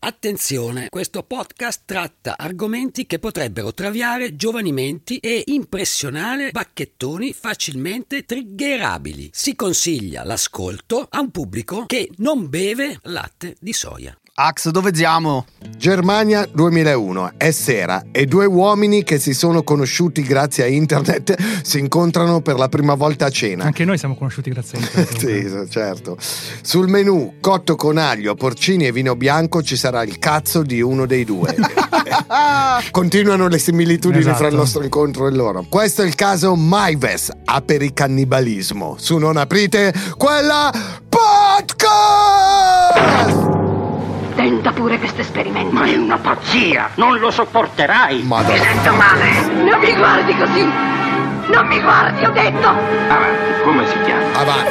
Attenzione, questo podcast tratta argomenti che potrebbero traviare giovani menti e impressionare bacchettoni facilmente triggerabili. Si consiglia l'ascolto a un pubblico che non beve latte di soia. Ax, dove siamo? Germania 2001, è sera e due uomini che si sono conosciuti grazie a internet si incontrano per la prima volta a cena. Anche noi siamo conosciuti grazie a internet. Sì, certo. Sul menù, cotto con aglio, porcini e vino bianco, ci sarà il cazzo di uno dei due. Continuano le similitudini fra il nostro incontro e loro. Questo è il caso Maives, apericannibalismo. Su Non aprite quella podcast! Tenta pure questo esperimento. Ma è una pazzia! Non lo sopporterai! Madonna. Mi sento male! Non mi guardi così! Non mi guardi, ho detto! Avanti, come si chiama? Avanti.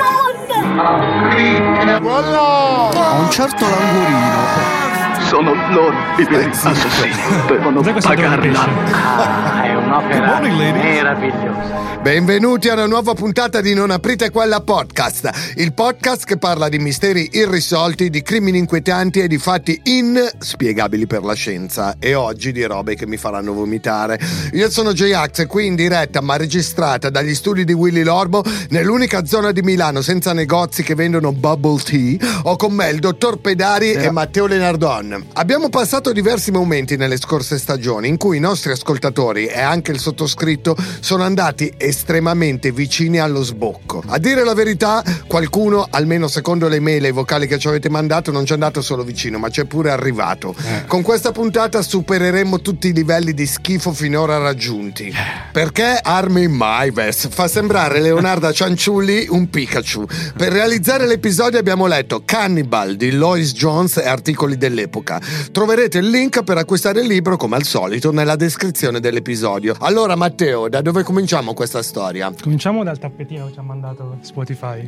A un certo Langurino. Sono loro i veri assassini. Devono pagarla. È un'opera meravigliosa. Benvenuti a una nuova puntata di Non aprite quella podcast, il podcast che parla di misteri irrisolti, di crimini inquietanti e di fatti inspiegabili per la scienza, e oggi di robe che mi faranno vomitare. Io sono J-Ax e qui in diretta, ma registrata dagli studi di Willy Lorbo, nell'unica zona di Milano senza negozi che vendono bubble tea, ho con me il dottor Pedari e Matteo Lenardon. Abbiamo passato diversi momenti nelle scorse stagioni in cui i nostri ascoltatori e anche il sottoscritto sono andati estremamente vicini allo sbocco. A dire la verità, qualcuno, almeno secondo le mail e i vocali che ci avete mandato, non ci è andato solo vicino, ma c'è pure arrivato. Con questa puntata supereremo tutti i livelli di schifo finora raggiunti. Perché Armin Maives fa sembrare Leonardo Cianciulli un Pikachu. Per realizzare l'episodio abbiamo letto Cannibal di Lois Jones e articoli dell'epoca. Troverete il link per acquistare il libro, come al solito, nella descrizione dell'episodio. Allora, Matteo, da dove cominciamo questa storia? Cominciamo dal tappetino che ci ha mandato Spotify.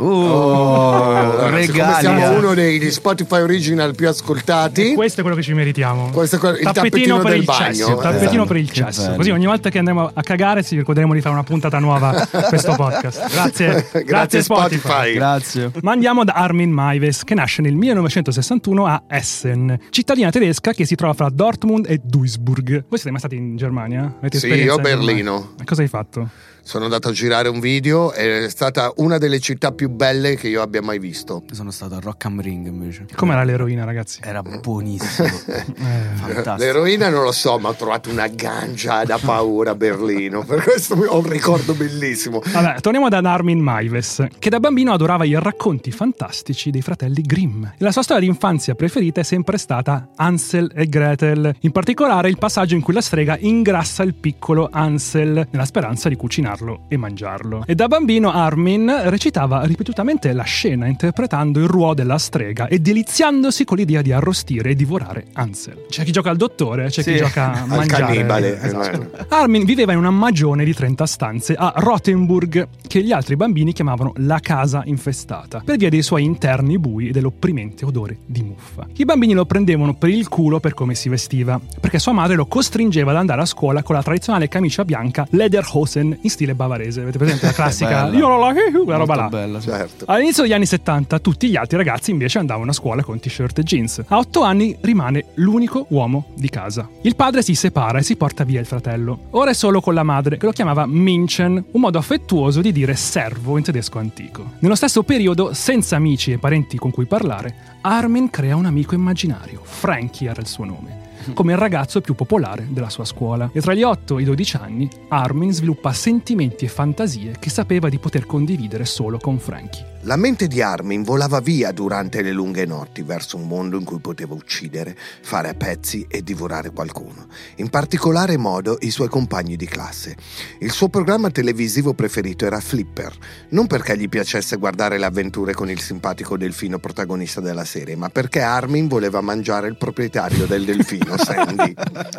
Regali. Siamo uno degli Spotify Original più ascoltati. E questo è quello che ci meritiamo. Questo è il tappetino per del il bagno. cesso. Tappetino per il cesso. Così ogni volta che andremo a cagare ci ricorderemo di fare una puntata nuova questo podcast. Grazie Spotify. Grazie. Ma andiamo da Armin Maives, che nasce nel 1961 a Essen, cittadina tedesca che si trova fra Dortmund e Duisburg. Voi siete mai stati in Germania? Avete Sì, esperienza io a Berlino. Ma cosa hai fatto? Sono andato a girare un video, è stata una delle città più belle che io abbia mai visto. Sono stato a Rock am Ring invece. Com'era l'eroina, ragazzi? Era buonissimo. Fantastico. L'eroina non lo so, ma ho trovato una gancia da paura a Berlino. Per questo ho un ricordo bellissimo. Vabbè, torniamo ad Armin Maives, che da bambino adorava i racconti fantastici dei fratelli Grimm. La sua storia di infanzia preferita è sempre stata Hansel e Gretel, in particolare il passaggio in cui la strega ingrassa il piccolo Hansel nella speranza di cucinarlo e mangiarlo. E da bambino Armin recitava ripetutamente la scena interpretando il ruolo della strega e deliziandosi con l'idea di arrostire e divorare Hansel. C'è chi gioca al dottore, c'è chi gioca a mangiare. Al cannibale. Esatto. Armin viveva in una magione di 30 stanze a Rothenburg, che gli altri bambini chiamavano la casa infestata, per via dei suoi interni bui e dell'opprimente odore di muffa. I bambini lo prendevano per il culo per come si vestiva, perché sua madre lo costringeva ad andare a scuola con la tradizionale camicia bianca Lederhosen in stile bavarese. Avete presente la classica? Bella. Io non la quella roba là. Bella, sì. Certo. All'inizio degli anni 70 tutti gli altri ragazzi invece andavano a scuola con t-shirt e jeans. A 8 anni rimane l'unico uomo di casa. Il padre si separa e si porta via il fratello. Ora è solo con la madre, che lo chiamava Minchen, un modo affettuoso di dire servo in tedesco antico. Nello stesso periodo, senza amici e parenti con cui parlare, Armin crea un amico immaginario. Frankie era il suo nome, come il ragazzo più popolare della sua scuola. E tra gli 8 e i 12 anni, Armin sviluppa sentimenti e fantasie che sapeva di poter condividere solo con Frankie. La mente di Armin volava via durante le lunghe notti verso un mondo in cui poteva uccidere, fare a pezzi e divorare qualcuno. In particolare modo i suoi compagni di classe. Il suo programma televisivo preferito era Flipper, non perché gli piacesse guardare le avventure con il simpatico delfino protagonista della serie, ma perché Armin voleva mangiare il proprietario del delfino, Sandy.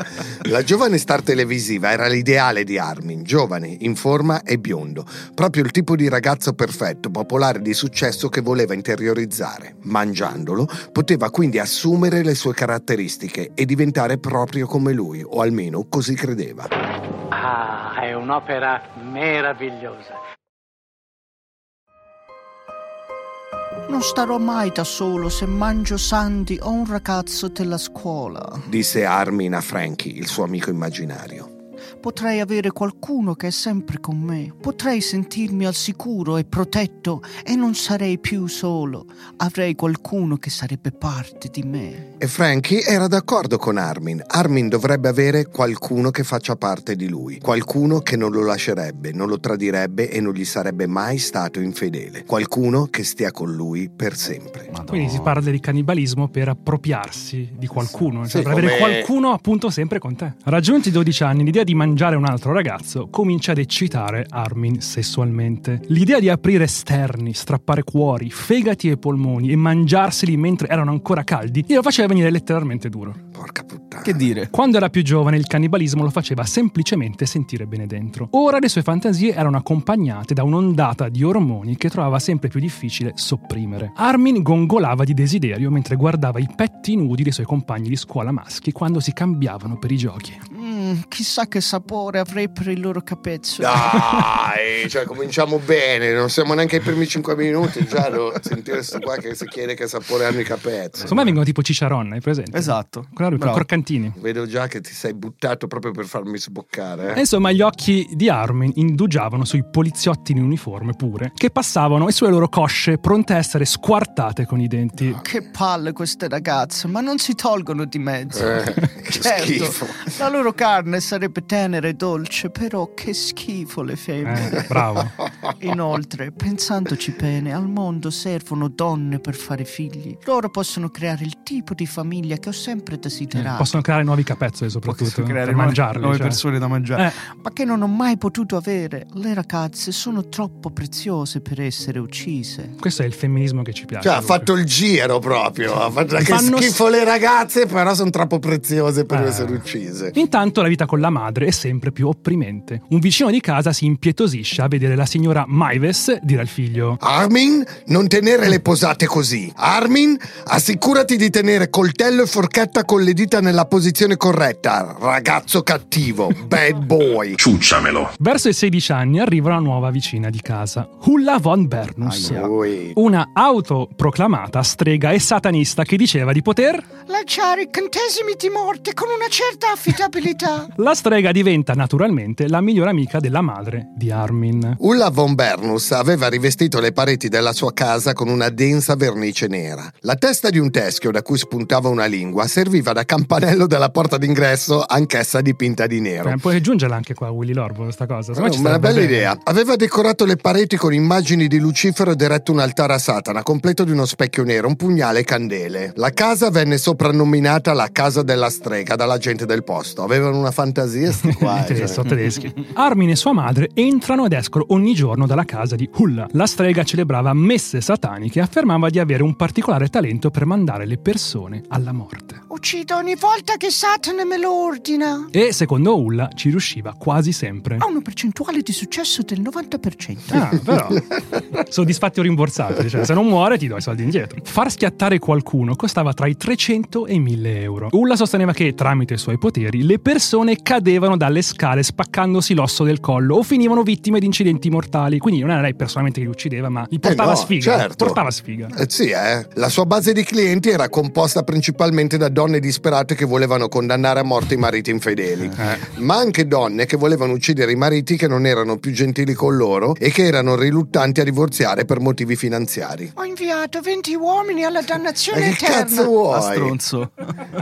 La giovane star televisiva era l'ideale di Armin, giovane, in forma e biondo, proprio il tipo di ragazzo perfetto, popolare, di successo che voleva interiorizzare. Mangiandolo, poteva quindi assumere le sue caratteristiche e diventare proprio come lui, o almeno così credeva. Ah, è un'opera meravigliosa. Non starò mai da solo se mangio Sandy o un ragazzo della scuola, disse Armin a Frankie, il suo amico immaginario. Potrei avere qualcuno che è sempre con me. Potrei sentirmi al sicuro e protetto e non sarei più solo. Avrei qualcuno che sarebbe parte di me. E Frankie era d'accordo con Armin. Armin dovrebbe avere qualcuno che faccia parte di lui. Qualcuno che non lo lascerebbe, non lo tradirebbe e non gli sarebbe mai stato infedele. Qualcuno che stia con lui per sempre. Quindi si parla di cannibalismo per appropriarsi di qualcuno, cioè Sì, per avere qualcuno appunto sempre con te. Raggiunti i 12 anni, l'idea di mangiare un altro ragazzo comincia ad eccitare Armin sessualmente. L'idea di aprire sterni, strappare cuori, fegati e polmoni e mangiarseli mentre erano ancora caldi glielo faceva venire letteralmente duro. Porca puttana. Che dire? Quando era più giovane il cannibalismo lo faceva semplicemente sentire bene dentro. Ora le sue fantasie erano accompagnate da un'ondata di ormoni che trovava sempre più difficile sopprimere. Armin gongolava di desiderio mentre guardava i petti nudi dei suoi compagni di scuola maschi quando si cambiavano per i giochi. Chissà che sapore avrei per i loro capezzoli. Dai, cioè cominciamo bene, non siamo neanche ai primi 5 minuti, già devo sentire sto qua che si chiede che sapore hanno i capezzi. Insomma vengono tipo cicciaron, hai presente? Esatto. Con croccantini. Vedo già che ti sei buttato proprio per farmi sboccare. E insomma gli occhi di Armin indugiavano sui poliziotti in uniforme pure, che passavano e sulle loro cosce pronte a essere squartate con i denti. Che palle queste ragazze, ma non si tolgono di mezzo. Che schifo. La loro carne sarebbe tenera e dolce, però che schifo le femmine. Bravo. Inoltre, pensandoci bene, al mondo servono donne per fare figli. Loro possono creare il tipo di famiglia che ho sempre desiderato. Possono creare nuovi capezzoli soprattutto per mangiarli. Nuove cioè. persone da mangiare. Ma che non ho mai potuto avere. Le ragazze sono troppo preziose per essere uccise. Questo è il femminismo che ci piace. Cioè ha fatto il giro proprio. Che schifo le ragazze, però sono troppo preziose per essere uccise. Intanto la vita con la madre è sempre più opprimente. Un vicino di casa si impietosisce a vedere la signora Maives dire al figlio: Armin, non tenere le posate così. Armin, assicurati di tenere coltello e forchetta con le dita nella posizione corretta. Ragazzo cattivo, bad boy. Ciucciamelo. Verso i 16 anni arriva una nuova vicina di casa, Ulla von Bernus, Ui. una autoproclamata strega e satanista che diceva di poter Lanciare incantesimi di morte con una certa affidabilità. La strega diventa naturalmente la migliore amica della madre di Armin. Ulla von Bernus aveva rivestito le pareti della sua casa con una densa vernice nera. La testa di un teschio da cui spuntava una lingua serviva da campanello della porta d'ingresso, anch'essa dipinta di nero. Puoi aggiungerla anche qua, Willy Lorbo, questa cosa. Una bella idea. Aveva decorato le pareti con immagini di Lucifero ed eretto un altare a Satana, completo di uno specchio nero, un pugnale e candele. La casa venne soprannominata la casa della strega dalla gente del posto. Avevano una fantasia sti qua. Sono tedeschi. Armin e sua madre entrano ed escono ogni giorno dalla casa di Ulla. La strega celebrava messe sataniche e affermava di avere un particolare talento per mandare le persone alla morte. Uccido ogni volta che Satana me lo ordina. E secondo Ulla ci riusciva quasi sempre. Ha una percentuale di successo del 90%. Però soddisfatti o rimborsati, cioè se non muore ti do i soldi indietro. Far schiattare qualcuno costava tra i 300 e i 1000 euro. Ulla sosteneva che tramite i suoi poteri le persone cadevano dalle scale spaccandosi l'osso del collo o finivano vittime di incidenti mortali. Quindi non era lei personalmente che li uccideva, ma gli portava sfiga. Certo. Portava sfiga. Sì, La sua base di clienti era composta principalmente da donne disperate che volevano condannare a morte i mariti infedeli, ma anche donne che volevano uccidere i mariti che non erano più gentili con loro e che erano riluttanti a divorziare per motivi finanziari. Ho inviato 20 uomini alla dannazione Che eterna. cazzo vuoi? Stronzo.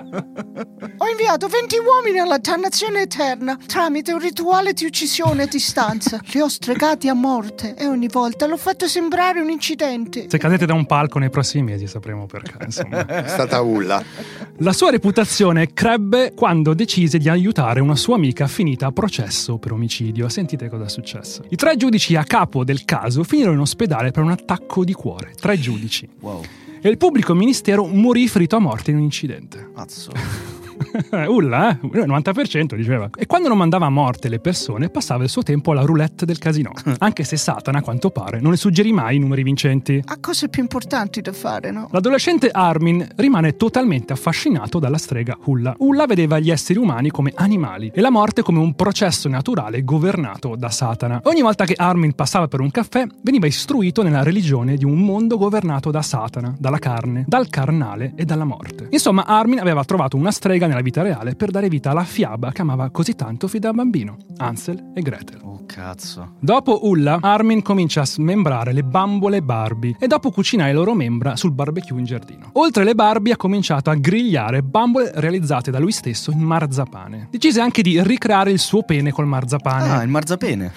Ho inviato 20 uomini alla dannazione eterna tramite un rituale di uccisione a distanza. Li ho stregati a morte e ogni volta l'ho fatto sembrare un incidente. Se cadete da un palco nei prossimi mesi sapremo perché, insomma. È stata Ulla. La sua reputazione crebbe quando decise di aiutare una sua amica finita a processo per omicidio. Sentite cosa è successo. I 3 giudici a capo del caso finirono in ospedale per un attacco di cuore. 3 giudici. Wow. E il pubblico ministero morì ferito a morte in un incidente. Mazzo. Ulla, 90% diceva. E quando non mandava a morte le persone, passava il suo tempo alla roulette del casino. Anche se Satana, a quanto pare, non le suggerì mai i numeri vincenti. Ha cose più importanti da fare, no? L'adolescente Armin rimane totalmente affascinato dalla strega Ulla. Ulla vedeva gli esseri umani come animali e la morte come un processo naturale governato da Satana. Ogni volta che Armin passava per un caffè, veniva istruito nella religione di un mondo governato da Satana, dalla carne, dal carnale e dalla morte. Insomma, Armin aveva trovato una strega nella vita reale per dare vita alla fiaba che amava così tanto fin da bambino, Hansel e Gretel. Oh cazzo. Dopo Ulla, Armin comincia a smembrare le bambole Barbie e dopo cucina le loro membra sul barbecue in giardino. Oltre le Barbie ha cominciato a grigliare bambole realizzate da lui stesso in marzapane. Decise anche di ricreare il suo pene col marzapane. Ah, il marzapene.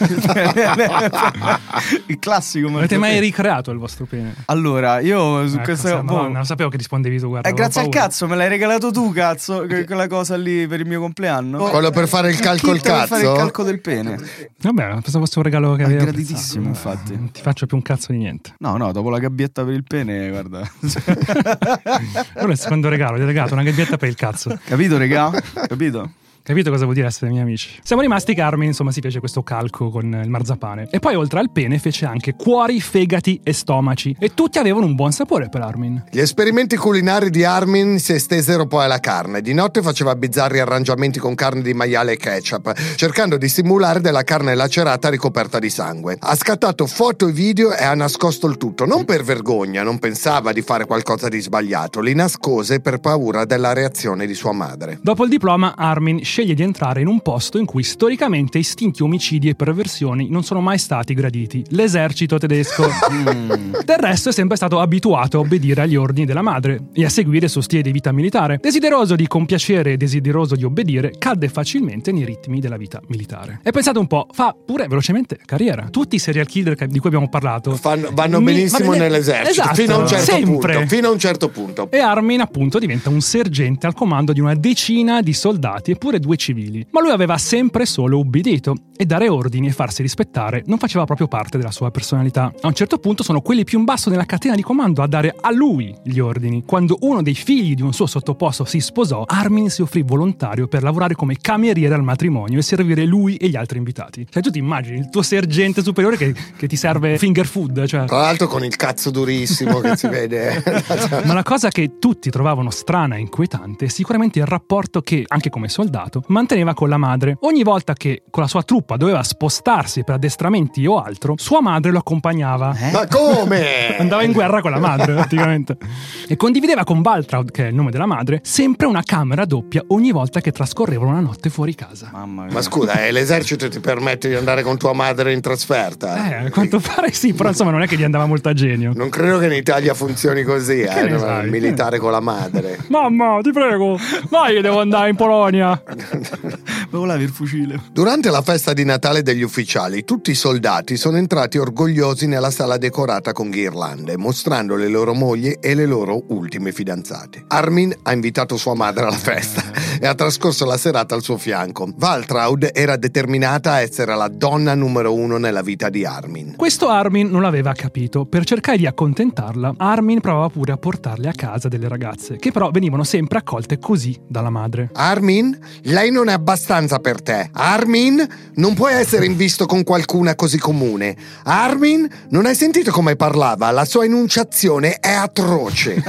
Il classico marzapane. Avete mai ricreato il vostro pene? Allora, io su questa... non sapevo che rispondevi tu, guarda. Grazie al cazzo, me l'hai regalato tu, cazzo, quella cosa lì per il mio compleanno. Quello per fare il calco il cazzo? Per fare il calco del pene. Vabbè, pensavo fosse un regalo che avevo graditissimo, infatti. Non ti faccio più un cazzo di niente. No, dopo la gabbietta per il pene, guarda. Quello è il secondo regalo, gli ho regalato una gabbietta per il cazzo. Capito, regà? Capito? Capito cosa vuol dire essere miei amici? Siamo rimasti che Armin, insomma, si fece questo calco con il marzapane. E poi, oltre al pene, fece anche cuori, fegati e stomaci. E tutti avevano un buon sapore per Armin. Gli esperimenti culinari di Armin si estesero poi alla carne. Di notte faceva bizzarri arrangiamenti con carne di maiale e ketchup, cercando di simulare della carne lacerata ricoperta di sangue. Ha scattato foto e video e ha nascosto il tutto. Non per vergogna, non pensava di fare qualcosa di sbagliato. Li nascose per paura della reazione di sua madre. Dopo il diploma, Armin sceglie di entrare in un posto in cui storicamente istinti omicidi e perversioni non sono mai stati graditi: l'esercito tedesco. Del resto è sempre stato abituato a obbedire agli ordini della madre e a seguire il suo stile di vita militare. Desideroso di compiacere e desideroso di obbedire, cadde facilmente nei ritmi della vita militare. E pensate un po', fa pure velocemente carriera. Tutti i serial killer di cui abbiamo parlato vanno benissimo nell'esercito, esatto, fino a un certo sempre. punto. Fino a un certo punto. E Armin appunto diventa un sergente al comando di una decina di soldati e pure 2 civili. Ma lui aveva sempre solo ubbidito e dare ordini e farsi rispettare non faceva proprio parte della sua personalità. A un certo punto sono quelli più in basso nella catena di comando a dare a lui gli ordini. Quando uno dei figli di un suo sottoposto si sposò, Armin si offrì volontario per lavorare come cameriere al matrimonio e servire lui e gli altri invitati. Cioè tu ti immagini il tuo sergente superiore che ti serve finger food, cioè. Tra l'altro con il cazzo durissimo che si vede. Ma la cosa che tutti trovavano strana e inquietante è sicuramente il rapporto che, anche come soldato, manteneva con la madre. Ogni volta che con la sua truppa doveva spostarsi per addestramenti o altro, sua madre lo accompagnava. Ma come? Andava in guerra con la madre, praticamente. E condivideva con Waltraud, che è il nome della madre, sempre una camera doppia ogni volta che trascorrevano una notte fuori casa. Mamma mia. Ma scusa, l'esercito ti permette di andare con tua madre in trasferta? A quanto pare sì, però insomma non è che gli andava molto a genio. Non credo che in Italia funzioni così, il militare con la madre. Mamma, ti prego, vai che devo andare in Polonia. Volavi il fucile. Durante la festa di Natale degli ufficiali, tutti i soldati sono entrati orgogliosi nella sala decorata con ghirlande, mostrando le loro mogli e le loro ultime fidanzate. Armin ha invitato sua madre alla festa e ha trascorso la serata al suo fianco. Waltraud era determinata a essere la donna numero 1 nella vita di Armin. Questo Armin non l'aveva capito. Per cercare di accontentarla, Armin provava pure a portarle a casa delle ragazze, che però venivano sempre accolte così dalla madre. Armin, lei non è abbastanza per te. Armin, non puoi essere invisto con qualcuna così comune. Armin, non hai sentito come parlava? La sua enunciazione è atroce.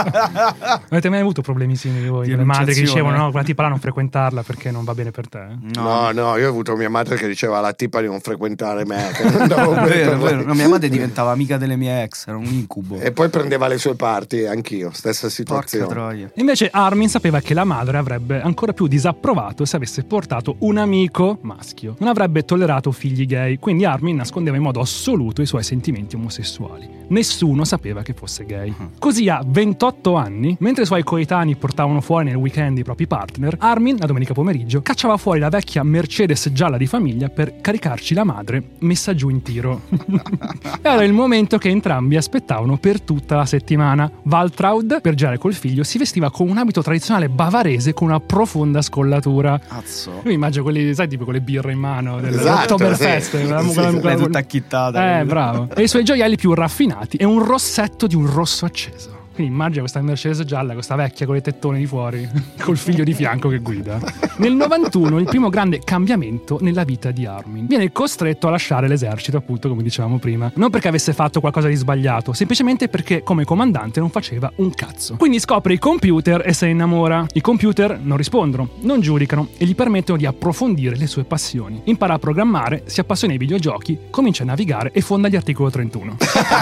Avete mai avuto problemi simili voi? Le madri che dicevano no, quella tipa là non frequentarla perché non va bene per te? No, io ho avuto mia madre che diceva alla tipa di non frequentare me, che non andavo bene. Vero. No, mia madre diventava amica delle mie ex, era un incubo. E poi prendeva le sue parti, anch'io, stessa situazione. Porca troia. Invece Armin sapeva che la madre avrebbe ancora più disapprovato se avesse portato un amico maschio. Non avrebbe tollerato figli gay, quindi Armin nascondeva in modo assoluto i suoi sentimenti omosessuali. Nessuno sapeva che fosse gay. Così a 28 anni, mentre i suoi coetanei portavano fuori nel weekend i propri partner, Armin, la domenica pomeriggio, cacciava fuori la vecchia Mercedes gialla di famiglia per caricarci la madre messa giù in tiro. Era il momento che entrambi aspettavano per tutta la settimana. Waltraud, per girare col figlio, si vestiva con un abito tradizionale bavarese con una profonda scollatura. Cazzo. Io immagino quelli, sai, tipo con le birre in mano Sì. dell'Oktoberfest. È tutta acchittata. Bravo. E i suoi gioielli più raffinati e un rossetto di un rosso acceso. Quindi immagina questa Mercedes gialla, questa vecchia con le tettone di fuori, col figlio di fianco che guida. Nel 91 il primo grande cambiamento nella vita di Armin. Viene costretto a lasciare l'esercito, appunto, come dicevamo prima. Non perché avesse fatto qualcosa di sbagliato, semplicemente perché come comandante non faceva un cazzo. Quindi scopre i computer e se ne innamora. I computer non rispondono, non giudicano e gli permettono di approfondire le sue passioni. Impara a programmare, si appassiona ai videogiochi, comincia a navigare e fonda gli articolo 31.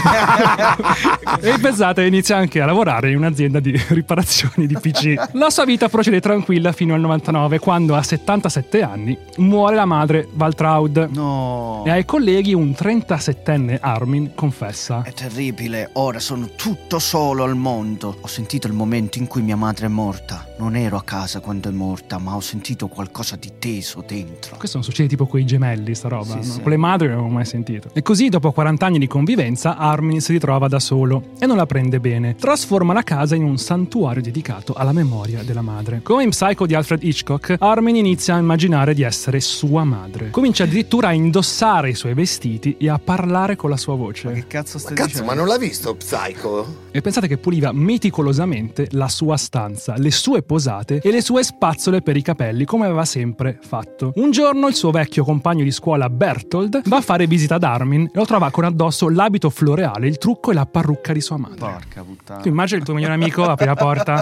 E pensate, inizia anche a lavorare in un'azienda di riparazioni di PC. La sua vita procede tranquilla fino al 99, quando a 77 anni muore la madre Waltraud. No. E ai colleghi un 37enne Armin confessa: è terribile, ora sono tutto solo al mondo. Ho sentito il momento in cui mia madre è morta. Non ero a casa quando è morta, ma ho sentito qualcosa di teso dentro. Questo non succede tipo con i gemelli, sta roba, Sì, no? sì. Con le madri non avevo mai sentito. E così, dopo 40 anni di convivenza, Armin si ritrova da solo e non la prende bene. Trasforma la casa in un santuario dedicato alla memoria della madre. Come in Psycho di Alfred Hitchcock, Armin inizia a immaginare di essere sua madre. Comincia addirittura a indossare i suoi vestiti e a parlare con la sua voce. Ma che cazzo stai Cazzo, dicendo? ma non l'ha visto Psycho? E pensate che puliva meticolosamente la sua stanza, le sue posate e le sue spazzole per i capelli, come aveva sempre fatto. Un giorno il suo vecchio compagno di scuola Bertold va a fare visita ad Armin e lo trova con addosso l'abito floreale, il trucco e la parrucca di sua madre. Porca puttana. Tu immagini il tuo migliore amico apre la porta.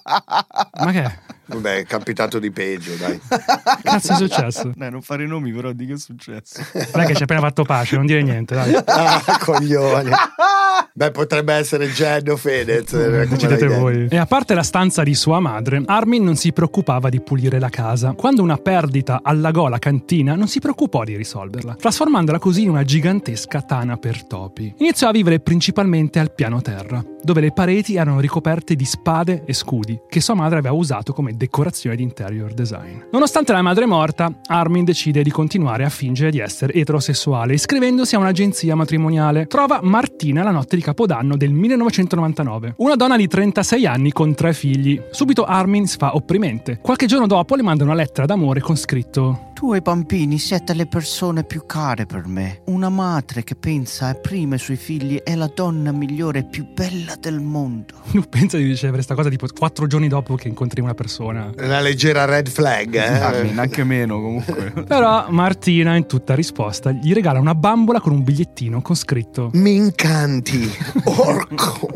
Ma che è? Vabbè, è capitato di peggio, dai. Che cazzo è successo? Dai, non fare nomi, però di che è successo? Dai che ci hai appena fatto pace, non dire niente, dai. Ah, coglione. Beh, potrebbe essere Jen o Fedez. Decidete voi. E a parte la stanza di sua madre, Armin non si preoccupava di pulire la casa. Quando una perdita allagò la cantina, non si preoccupò di risolverla, trasformandola così in una gigantesca tana per topi. Iniziò a vivere principalmente al piano terra, dove le pareti erano ricoperte di spade e scudi che sua madre aveva usato come decorazione di interior design. Nonostante la madre morta, Armin decide di continuare a fingere di essere eterosessuale, iscrivendosi a un'agenzia matrimoniale. Trova Martina la notte di Capodanno del 1999, una donna di 36 anni con 3 figli. Subito Armin si fa opprimente. Qualche giorno dopo le manda una lettera d'amore con scritto: Tu e i bambini siete le persone più care per me. Una madre che pensa e prima ai suoi figli è la donna migliore e più bella del mondo. Non pensa di ricevere sta cosa tipo 4 giorni dopo che incontri una persona. Una leggera red flag, Armin, anche meno comunque. Però Martina, in tutta risposta, gli regala una bambola con un bigliettino con scritto: Mi incanti, orco.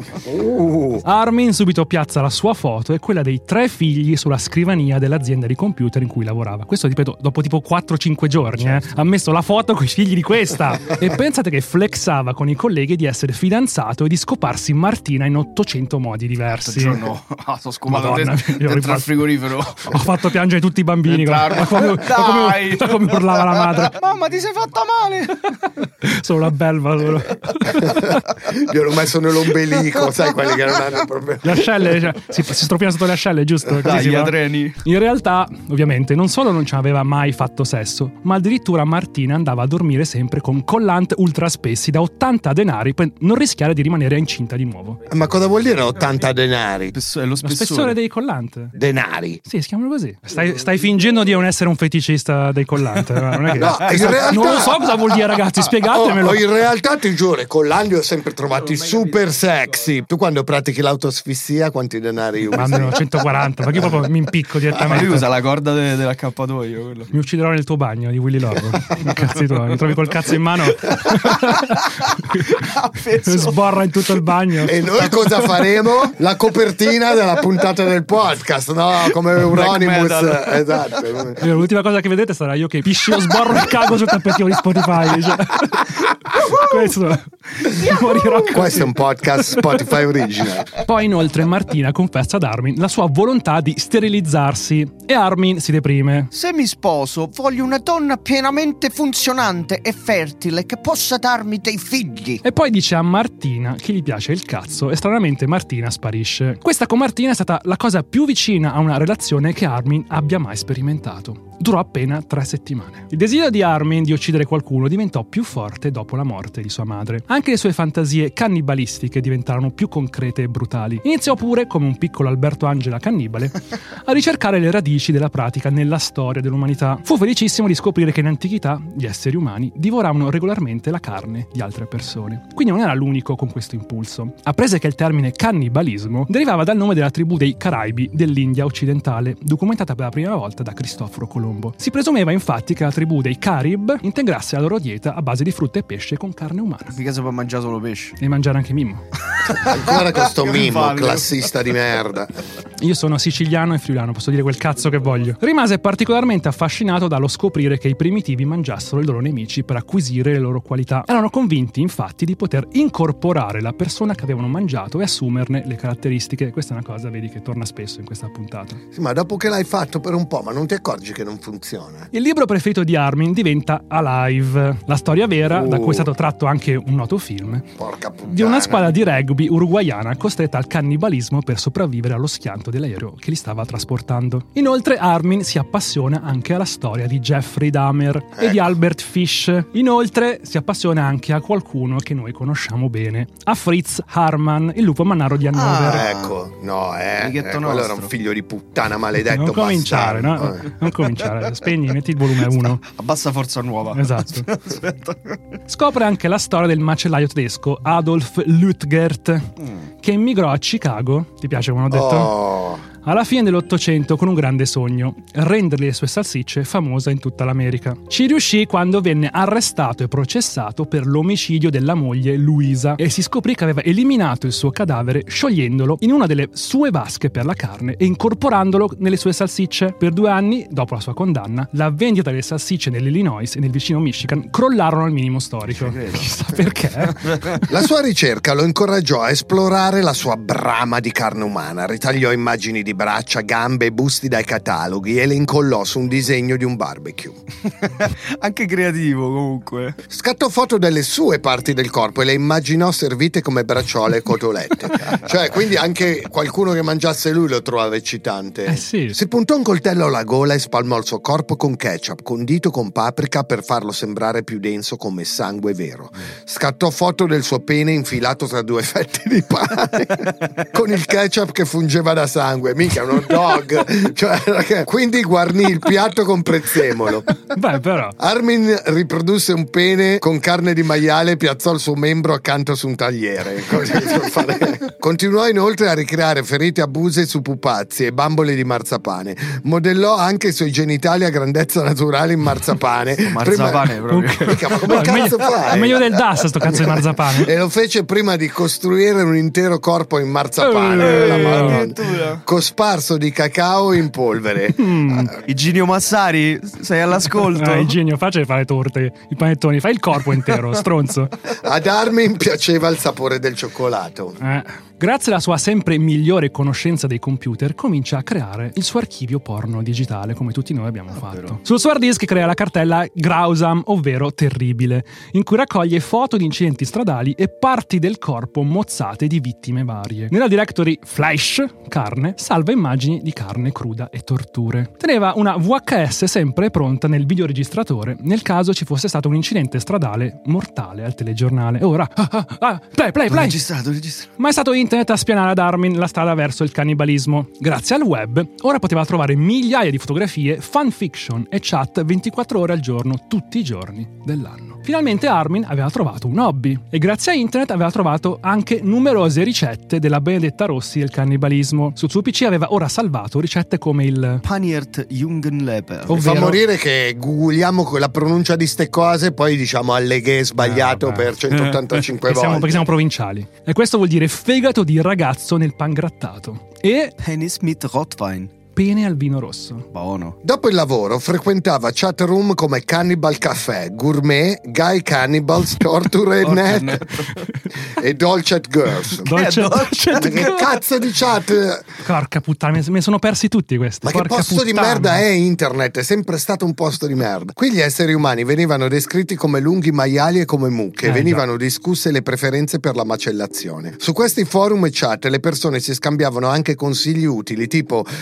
Armin subito piazza la sua foto e quella dei 3 figli sulla scrivania dell'azienda di computer in cui lavorava. Questo, ripeto, dopo tipo 4-5 giorni, ha messo la foto con i figli di questa. E pensate che flexava con i colleghi di essere fidanzato e di scoparsi Martina in 800 modi diversi. No, sono scopato Madonna, io dentro al frigorifero. Ho fatto piangere tutti i bambini Dai. come urlava la madre. Mamma, ti sei fatta male! Solo la belva solo. Gliel'ho messo nell'ombelico, sai, quelli che non hanno proprio. Le ascelle, cioè, si stropina sotto le ascelle, giusto? Così Dai, si gli fa. treni. In realtà, ovviamente, non solo non ci aveva mai fatto sesso, ma addirittura Martina andava a dormire sempre con collant ultra spessi da 80 denari per non rischiare di rimanere incinta di nuovo. Ma cosa vuol dire 80 denari? È lo Lo spessore. spessore dei collant. Denari. Sì, si chiamano così. Stai fingendo di non essere un feticista dei collant. Non è che... No, in realtà... Non lo so cosa vuol dire, ragazzi, spiegatemelo. In realtà ti giuro, i collanti ho sempre trovati super sexy. Tu quando pratichi l'autosfissia quanti denari usi? Mandano 140, perché io proprio mi impicco Ma direttamente. lui usa la corda dell'accappatoio, quello. Mi ucciderò nel tuo bagno di Willy Lorbo. Cazzi tuoi, mi trovi col cazzo in mano. Sborra in tutto il bagno. E noi cosa faremo? La copertina della puntata del podcast, no? Come Euronymous. Esatto. L'ultima cosa che vedete sarà io che piscio, sborro e cago sul tappetino di Spotify. Cioè. Questo morirò così. Questo è un podcast Spotify original. Poi inoltre Martina confessa ad Armin la sua volontà di sterilizzarsi e Armin si deprime. Se mi sposo, voglio una donna pienamente funzionante e fertile che possa darmi dei figli. E poi dice a Martina che gli piace il cazzo e stranamente Martina sparisce. Questa con Martina è stata la cosa più vicina a una relazione che Armin abbia mai sperimentato. durò appena 3 settimane. Il desiderio di Armin di uccidere qualcuno diventò più forte dopo la morte di sua madre. Anche le sue fantasie cannibalistiche diventarono più concrete e brutali. Iniziò pure, come un piccolo Alberto Angela cannibale, a ricercare le radici della pratica nella storia dell'umanità. Fu felicissimo di scoprire che in antichità gli esseri umani divoravano regolarmente la carne di altre persone. Quindi non era l'unico con questo impulso. Apprese che il termine cannibalismo derivava dal nome della tribù dei Caraibi dell'India occidentale, documentata per la prima volta da Cristoforo Colombo. Si presumeva infatti che la tribù dei Carib integrasse la loro dieta a base di frutta e pesce con carne umana. Mica si può mangiare solo pesce. E mangiare anche Mimmo. Ancora con sto Mimmo, classista di merda. Io sono siciliano e friulano, posso dire quel cazzo che voglio. Rimase particolarmente affascinato dallo scoprire che i primitivi mangiassero i loro nemici per acquisire le loro qualità. Erano convinti infatti di poter incorporare la persona che avevano mangiato e assumerne le caratteristiche. Questa è una cosa, vedi, che torna spesso in questa puntata. Sì, ma dopo che l'hai fatto per un po', ma non ti accorgi che non funziona? Il libro preferito di Armin diventa Alive, la storia vera, da cui è stato tratto anche un noto film, porca puttana, di una squadra di rugby uruguaiana costretta al cannibalismo per sopravvivere allo schianto dell'aereo che li stava trasportando. Inoltre Armin si appassiona anche alla storia di Jeffrey Dahmer e di Albert Fish. Inoltre si appassiona anche a qualcuno che noi conosciamo bene, a Fritz Haarmann, il lupo mannaro di Hannover. Ecco, no, quello era un figlio di puttana maledetto. Non cominciare, no? Non cominciare, spegni, metti il volume 1. Abbassa Forza Nuova. Esatto. Scopre anche la storia del macellaio tedesco Adolf Lütgert, che immigrò a Chicago. Ti piace come ho detto? Alla fine dell'Ottocento con un grande sogno: renderle le sue salsicce famose in tutta l'America. Ci riuscì quando venne arrestato e processato per l'omicidio della moglie Luisa e si scoprì che aveva eliminato il suo cadavere sciogliendolo in una delle sue vasche per la carne e incorporandolo nelle sue salsicce. Per 2 anni, dopo la sua condanna, la vendita delle salsicce nell'Illinois e nel vicino Michigan crollarono al minimo storico. Chissà perché. La sua ricerca lo incoraggiò a esplorare la sua brama di carne umana. Ritagliò immagini di braccia, gambe e busti dai cataloghi e le incollò su un disegno di un barbecue. Anche creativo comunque. Scattò foto delle sue parti del corpo e le immaginò servite come bracciole e cotolette. Cioè, quindi anche qualcuno che mangiasse lui lo trovava eccitante. Sì. Si puntò un coltello alla gola e spalmò il suo corpo con ketchup, condito con paprika per farlo sembrare più denso come sangue vero. Scattò foto del suo pene infilato tra 2 fette di pane con il ketchup che fungeva da sangue. Mica un hot dog. Cioè, quindi guarnì il piatto con prezzemolo. Beh, però Armin riprodusse un pene con carne di maiale e piazzò il suo membro accanto su un tagliere. Continuò inoltre a ricreare ferite abuse su pupazzi e bambole di marzapane. Modellò anche i suoi genitali a grandezza naturale in marzapane. Marzapane proprio. Mica, ma come cazzo fai? È meglio del DAS sto cazzo di marzapane. E lo fece prima di costruire un intero corpo in marzapane. Cosparso di cacao in polvere. Iginio Massari, sei all'ascolto? Iginio, facile fare torte, i panettoni, fai il corpo intero, stronzo. Ad Armin piaceva il sapore del cioccolato. Grazie alla sua sempre migliore conoscenza dei computer, comincia a creare il suo archivio porno digitale, come tutti noi abbiamo fatto. Sul suo hard disk crea la cartella Grausam, ovvero terribile, in cui raccoglie foto di incidenti stradali e parti del corpo mozzate di vittime varie. Nella directory Fleisch, carne, salva immagini di carne cruda e torture. Teneva una VHS sempre pronta nel videoregistratore nel caso ci fosse stato un incidente stradale mortale al telegiornale. E ora, play! Registrato. Ma è stato internet a spianare ad Armin la strada verso il cannibalismo. Grazie al web, ora poteva trovare migliaia di fotografie, fanfiction e chat 24 ore al giorno, tutti i giorni dell'anno. Finalmente Armin aveva trovato un hobby e grazie a internet aveva trovato anche numerose ricette della Benedetta Rossi del cannibalismo. Sul suo PC aveva ora salvato ricette come il Paniert Jungenleber. Mi fa morire che googliamo con la pronuncia di ste cose e poi diciamo alleghe sbagliato per 185 volte. Perché siamo provinciali. E questo vuol dire fegato di ragazzo nel pangrattato. E Penis mit Rotwein. Pene al vino rosso. Buono. Dopo il lavoro frequentava chat room come Cannibal Café, Gourmet, Guy Cannibals, Torture Net e Dolcet Girls. Dolcet Che cazzo di chat? Porca puttana, me sono persi tutti questi. Ma Porca che posto puttana. di merda è internet? È sempre stato un posto di merda. Qui gli esseri umani venivano descritti come lunghi maiali e come mucche, venivano discusse le preferenze per la macellazione. Su questi forum e chat le persone si scambiavano anche consigli utili, tipo come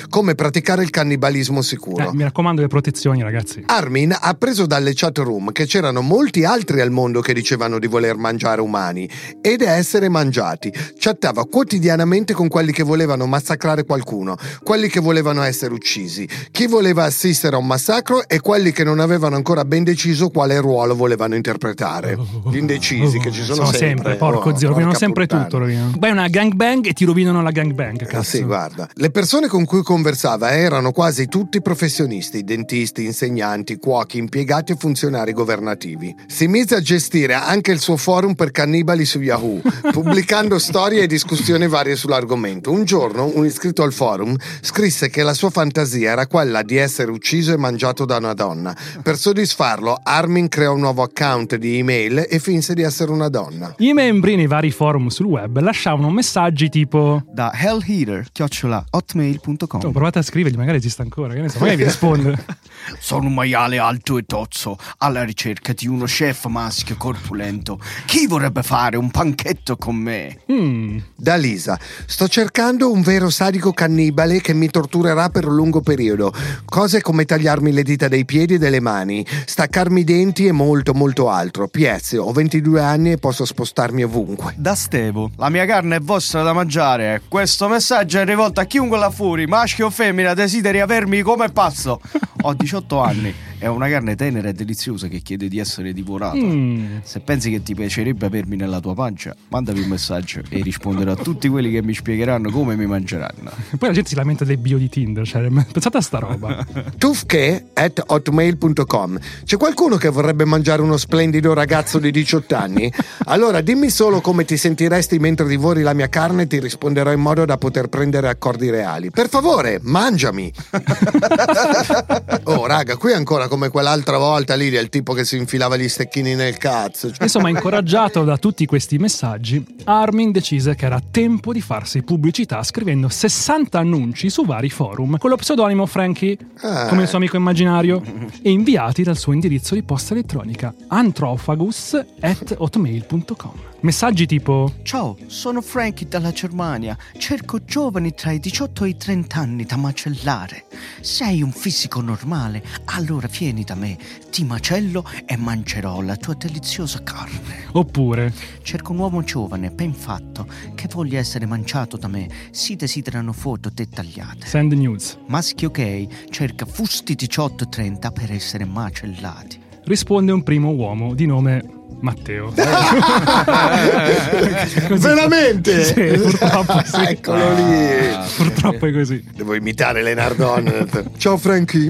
praticare il cannibalismo sicuro. Mi raccomando le protezioni, ragazzi. Armin ha appreso dalle chat room che c'erano molti altri al mondo che dicevano di voler mangiare umani ed essere mangiati. Chattava quotidianamente con quelli che volevano massacrare qualcuno, quelli che volevano essere uccisi, chi voleva assistere a un massacro e quelli che non avevano ancora ben deciso quale ruolo volevano interpretare. Gli indecisi che ci sono sempre. Porco zio, rovinano sempre tutto. Beh, una gangbang e ti rovinano la gangbang. Cazzo. Sì, guarda. Le persone con cui conversava erano quasi tutti professionisti, dentisti, insegnanti, cuochi, impiegati e funzionari governativi. Si mise a gestire anche il suo forum per cannibali su Yahoo, pubblicando storie e discussioni varie sull'argomento. Un giorno un iscritto al forum scrisse che la sua fantasia era quella di essere ucciso e mangiato da una donna. Per soddisfarlo, Armin creò un nuovo account di email e finse di essere una donna. I membri nei vari forum sul web lasciavano messaggi tipo da hellheater@hotmail.com. Provate a scrivergli, magari esiste ancora, che ne so, magari vi risponde. Sono un maiale alto e tozzo alla ricerca di uno chef maschio corpulento. Chi vorrebbe fare un panchetto con me? Da Lisa: sto cercando un vero sadico cannibale che mi torturerà per un lungo periodo. Cose come tagliarmi le dita dei piedi e delle mani, staccarmi i denti e molto molto altro. PS, ho 22 anni e posso spostarmi ovunque. Da Stevo: la mia carne è vostra da mangiare. Questo messaggio è rivolto a chiunque là fuori, maschio o femmina, desideri avermi come pazzo. Ho 18 anni. È una carne tenera e deliziosa che chiede di essere divorata. Se pensi che ti piacerebbe avermi nella tua pancia, mandami un messaggio e risponderò a tutti quelli che mi spiegheranno come mi mangeranno. Poi la gente si lamenta dei bio di Tinder, cioè, pensate a sta roba. Tufke@hotmail.com. C'è qualcuno che vorrebbe mangiare uno splendido ragazzo di 18 anni? Allora dimmi solo come ti sentiresti mentre divori la mia carne e ti risponderò in modo da poter prendere accordi reali. Per favore, mangiami. Oh raga, qui ancora come quell'altra volta lì del tipo che si infilava gli stecchini nel cazzo. Insomma, incoraggiato da tutti questi messaggi, Armin decise che era tempo di farsi pubblicità scrivendo 60 annunci su vari forum con lo pseudonimo Frankie, come il suo amico immaginario, e inviati dal suo indirizzo di posta elettronica anthrophagus@hotmail.com. Messaggi tipo: ciao, sono Frankie dalla Germania. Cerco giovani tra i 18 e i 30 anni da macellare. Sei un fisico normale? Allora vieni da me, ti macello e mangerò la tua deliziosa carne. Oppure: cerco un uomo giovane, ben fatto, che voglia essere mangiato da me. Si desiderano foto dettagliate. Send news. Maschio gay cerca fusti 18-30 per essere macellati. Risponde un primo uomo di nome Matteo. Veramente? Sì, purtroppo sì. Eccolo lì. Purtroppo è così. Devo imitare Leonardo Arnold. Ciao Frankie,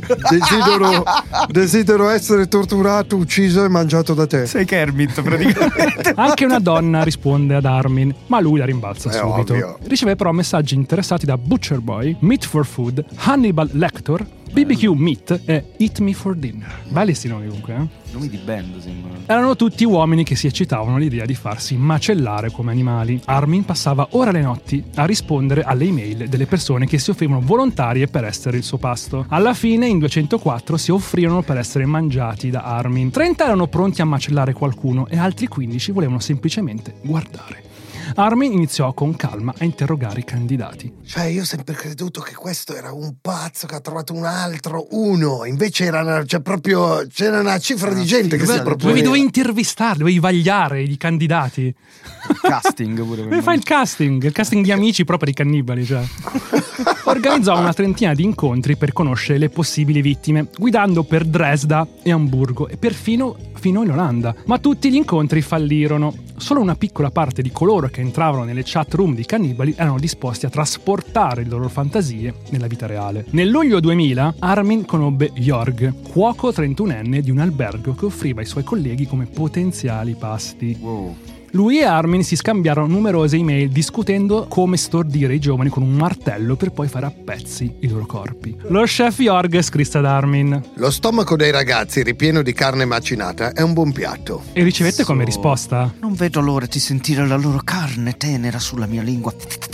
desidero essere torturato, ucciso e mangiato da te. Sei Kermit praticamente. Anche una donna risponde ad Armin, ma lui la rimbalza subito. Ovvio. Riceve però messaggi interessati da Butcher Boy, Meat for Food, Hannibal Lecter, BBQ Meat e Eat Me for Dinner. Belli sti nomi comunque, Nomi di band sembrano. Erano tutti uomini che si eccitavano all'idea di farsi macellare come animali. Armin passava ore alle notti a rispondere alle email delle persone che si offrivano volontarie per essere il suo pasto. Alla fine in 204 si offrirono per essere mangiati da Armin. 30 erano pronti a macellare qualcuno e altri 15 volevano semplicemente guardare. Armin iniziò con calma a interrogare i candidati. Cioè, io ho sempre creduto che questo era un pazzo che ha trovato un altro uno, invece c'era una cifra di gente che si proponeva. Dovevi intervistare, dovevi vagliare i candidati. Il casting pure. Fai il casting di amici proprio di cannibali, cioè. Organizzò una trentina di incontri per conoscere le possibili vittime, guidando per Dresda e Amburgo e perfino fino in Olanda. Ma tutti gli incontri fallirono. Solo una piccola parte di coloro che entravano nelle chat room di cannibali erano disposti a trasportare le loro fantasie nella vita reale. Nel luglio 2000 Armin conobbe Jörg, cuoco 31enne di un albergo che offriva ai suoi colleghi come potenziali pasti. Wow. Lui e Armin si scambiarono numerose email discutendo come stordire i giovani con un martello per poi fare a pezzi i loro corpi. Lo chef Jörg scrisse ad Armin: lo stomaco dei ragazzi ripieno di carne macinata è un buon piatto. E ricevette come risposta: non vedo l'ora di sentire la loro carne tenera sulla mia lingua.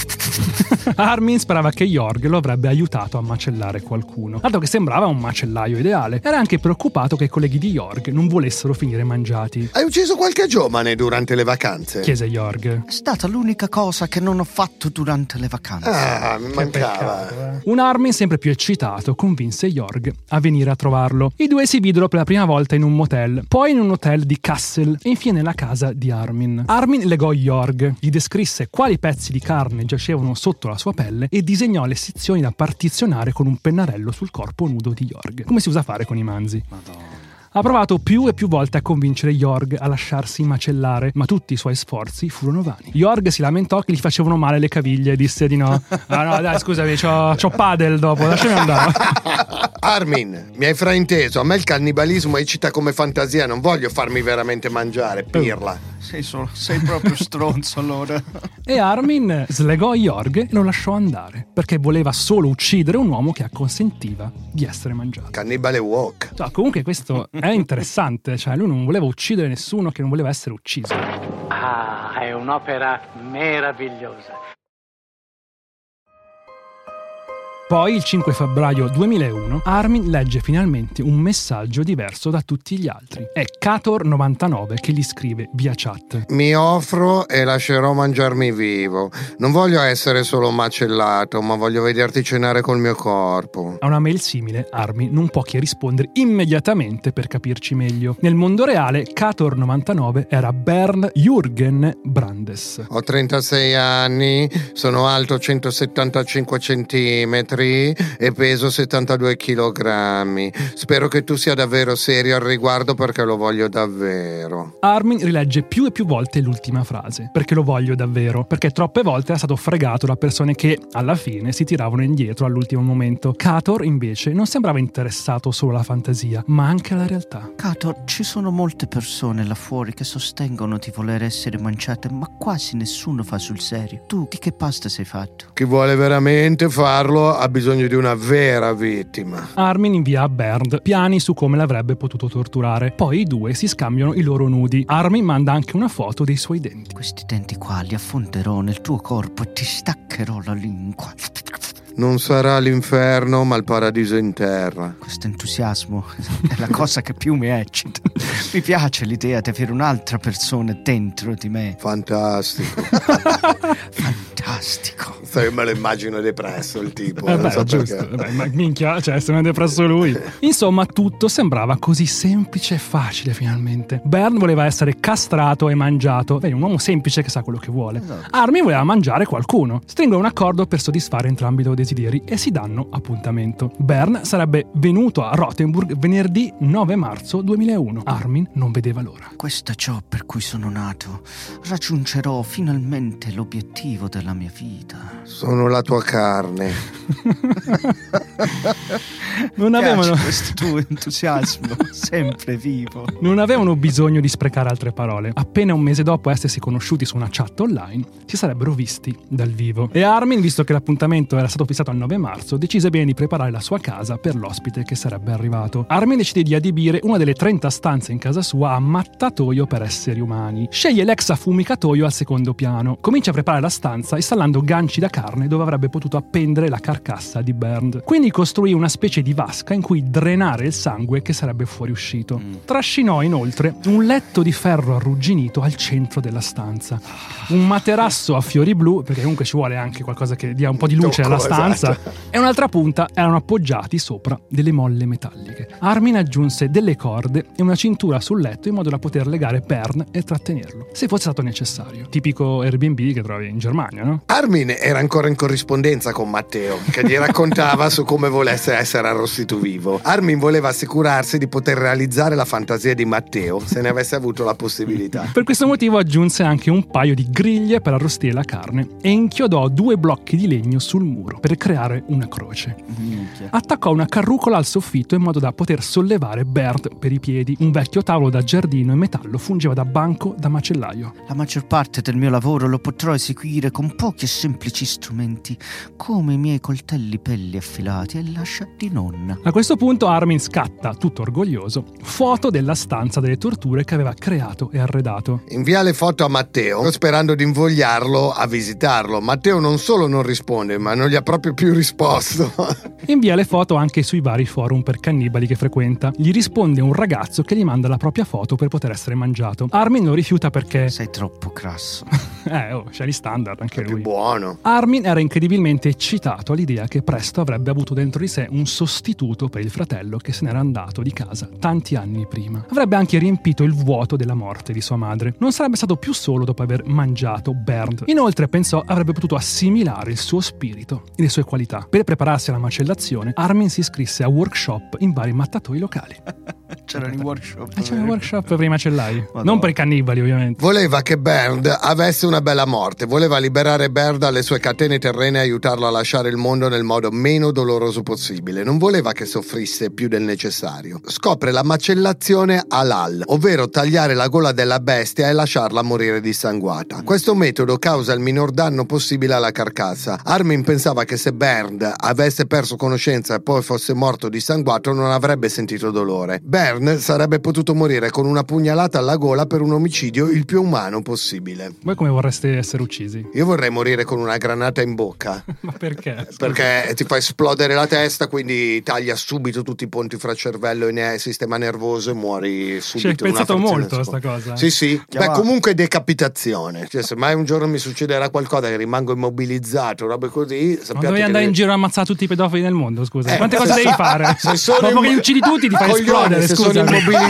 Armin sperava che Jörg lo avrebbe aiutato a macellare qualcuno, dato che sembrava un macellaio ideale. Era anche preoccupato che i colleghi di Jörg non volessero finire mangiati. Hai ucciso qualche giovane durante le vacanze? vacanze? Chiese Jorg. È stata l'unica cosa che non ho fatto durante le vacanze. Mi mancava. Peccato. Un Armin sempre più eccitato convinse Jorg a venire a trovarlo. I due si videro per la prima volta in un motel, poi in un hotel di Kassel e infine nella casa di Armin. Armin legò Jorg, gli descrisse quali pezzi di carne giacevano sotto la sua pelle e disegnò le sezioni da partizionare con un pennarello sul corpo nudo di Jorg, come si usa fare con i manzi. Madonna. Ha provato più e più volte a convincere Jorg a lasciarsi macellare, ma tutti i suoi sforzi furono vani. Jorg si lamentò che gli facevano male le caviglie e disse di no. Ah no, dai, scusami, c'ho padel dopo, lasciami andare. Armin, mi hai frainteso. A me il cannibalismo eccita come fantasia, non voglio farmi veramente mangiare, pirla. Sei proprio stronzo allora. E Armin slegò Jorg e lo lasciò andare, perché voleva solo uccidere un uomo che acconsentiva di essere mangiato. Cannibale walk. Cioè, comunque questo è interessante, cioè lui non voleva uccidere nessuno che non voleva essere ucciso. Ah, è un'opera meravigliosa. Poi, il 5 febbraio 2001, Armin legge finalmente un messaggio diverso da tutti gli altri. È Cator99 che gli scrive via chat. Mi offro e lascerò mangiarmi vivo. Non voglio essere solo macellato, ma voglio vederti cenare col mio corpo. A una mail simile, Armin non può che rispondere immediatamente per capirci meglio. Nel mondo reale, Cator99 era Bernd Jürgen Brandes. Ho 36 anni, sono alto 175 centimetri e peso 72 chilogrammi. Spero che tu sia davvero serio al riguardo perché lo voglio davvero. Armin rilegge più e più volte l'ultima frase, perché lo voglio davvero, perché troppe volte era stato fregato da persone che alla fine si tiravano indietro all'ultimo momento. Cator invece non sembrava interessato solo alla fantasia, ma anche alla realtà. Cator, ci sono molte persone là fuori che sostengono di voler essere mangiate, ma quasi nessuno fa sul serio. Tu di che pasta sei fatto? Chi vuole veramente farlo ha bisogno di una vera vittima. Armin invia a Bernd piani su come l'avrebbe potuto torturare. Poi i due si scambiano i loro nudi. Armin manda anche una foto dei suoi denti. Questi denti qua li affonderò nel tuo corpo e ti staccherò la lingua. Non sarà l'inferno, ma il paradiso in terra. Questo entusiasmo è la cosa che più mi eccita. Mi piace l'idea di avere un'altra persona dentro di me. Fantastico. Fantastico. Me lo immagino depresso il tipo. Beh, so giusto. Ma minchia, cioè se non è depresso lui. Insomma, tutto sembrava così semplice e facile finalmente. Bernd voleva essere castrato e mangiato. Vedi, un uomo semplice che sa quello che vuole. Esatto. Armin voleva mangiare qualcuno. Stringono un accordo per soddisfare entrambi i loro desideri e si danno appuntamento. Bernd sarebbe venuto a Rothenburg venerdì 9 marzo 2001. Armin non vedeva l'ora. Questo è ciò per cui sono nato. Raggiungerò finalmente l'obiettivo della mia vita. Sono la tua carne. Non avevano questo tuo entusiasmo sempre vivo. Non avevano bisogno di sprecare altre parole. Appena un mese dopo essersi conosciuti su una chat online, si sarebbero visti dal vivo. E Armin, visto che l'appuntamento era stato fissato al 9 marzo, decise bene di preparare la sua casa per l'ospite che sarebbe arrivato. Armin decide di adibire una delle 30 stanze in casa sua a mattatoio per esseri umani. Sceglie l'ex affumicatoio al secondo piano. Comincia a preparare la stanza installando ganci da carne dove avrebbe potuto appendere la carcassa di Bernd. Quindi costruì una specie di vasca in cui drenare il sangue che sarebbe fuoriuscito. Trascinò inoltre un letto di ferro arrugginito al centro della stanza, un materasso a fiori blu, perché comunque ci vuole anche qualcosa che dia un po' di luce alla stanza, esatto. E un'altra punta erano appoggiati sopra delle molle metalliche. Armin aggiunse delle corde e una cintura sul letto in modo da poter legare Bernd e trattenerlo, se fosse stato necessario. Tipico Airbnb che trovi in Germania, no? Armin era ancora in corrispondenza con Matteo, che gli raccontava su come volesse essere arrostito vivo. Armin voleva assicurarsi di poter realizzare la fantasia di Matteo se ne avesse avuto la possibilità. Per questo motivo aggiunse anche un paio di griglie per arrostire la carne e inchiodò 2 blocchi di legno sul muro per creare una croce. Attaccò una carrucola al soffitto in modo da poter sollevare Bernd per i piedi. Un vecchio tavolo da giardino in metallo fungeva da banco da macellaio. La maggior parte del mio lavoro lo potrò eseguire con pochi e semplici strumenti, come i miei coltelli pelli affilati e l'ascia di nonna. A questo punto Armin scatta, tutto orgoglioso, foto della stanza delle torture che aveva creato e arredato. Invia le foto a Matteo sperando di invogliarlo a visitarlo. Matteo non solo non risponde, ma non gli ha proprio proprio più risposto. Invia le foto anche sui vari forum per cannibali che frequenta. Gli risponde un ragazzo che gli manda la propria foto per poter essere mangiato. Armin lo rifiuta perché... Sei troppo crasso. C'è gli standard anche lui. Più buono. Armin era incredibilmente eccitato all'idea che presto avrebbe avuto dentro di sé un sostituto per il fratello che se n'era andato di casa tanti anni prima. Avrebbe anche riempito il vuoto della morte di sua madre. Non sarebbe stato più solo dopo aver mangiato Bernd. Inoltre pensò avrebbe potuto assimilare il suo spirito e le sue qualità. Per prepararsi alla macellazione, Armin si iscrisse a workshop in vari mattatoi locali. C'erano i workshop. C'erano i workshop per i macellai. Madonna. Non per i cannibali, ovviamente. Voleva che Bernd avesse una bella morte, voleva liberare Bernd dalle sue catene terrene e aiutarlo a lasciare il mondo nel modo meno doloroso possibile. Non voleva che soffrisse più del necessario. Scopre la macellazione halal, ovvero tagliare la gola della bestia e lasciarla morire dissanguata. Questo metodo causa il minor danno possibile alla carcassa. Armin pensava che se Bernd avesse perso conoscenza e poi fosse morto dissanguato non avrebbe sentito dolore. Bernd sarebbe potuto morire con una pugnalata alla gola per un omicidio il più umano possibile. Voi come vorreste essere uccisi? Io vorrei morire con una granata in bocca. Ma perché? Perché ti fa esplodere la testa, quindi taglia subito tutti i ponti fra cervello e sistema nervoso e muori subito. Ci hai pensato molto a sta cosa? Sì. Beh, comunque decapitazione. Cioè, se mai un giorno mi succederà qualcosa che rimango immobilizzato, robe così, sappiate. Ma devi andare in giro a ammazzare tutti i pedofili del mondo, scusa. Quante cose devi fare? Dopo che li uccidi tutti ti fai esplodere, se scusa.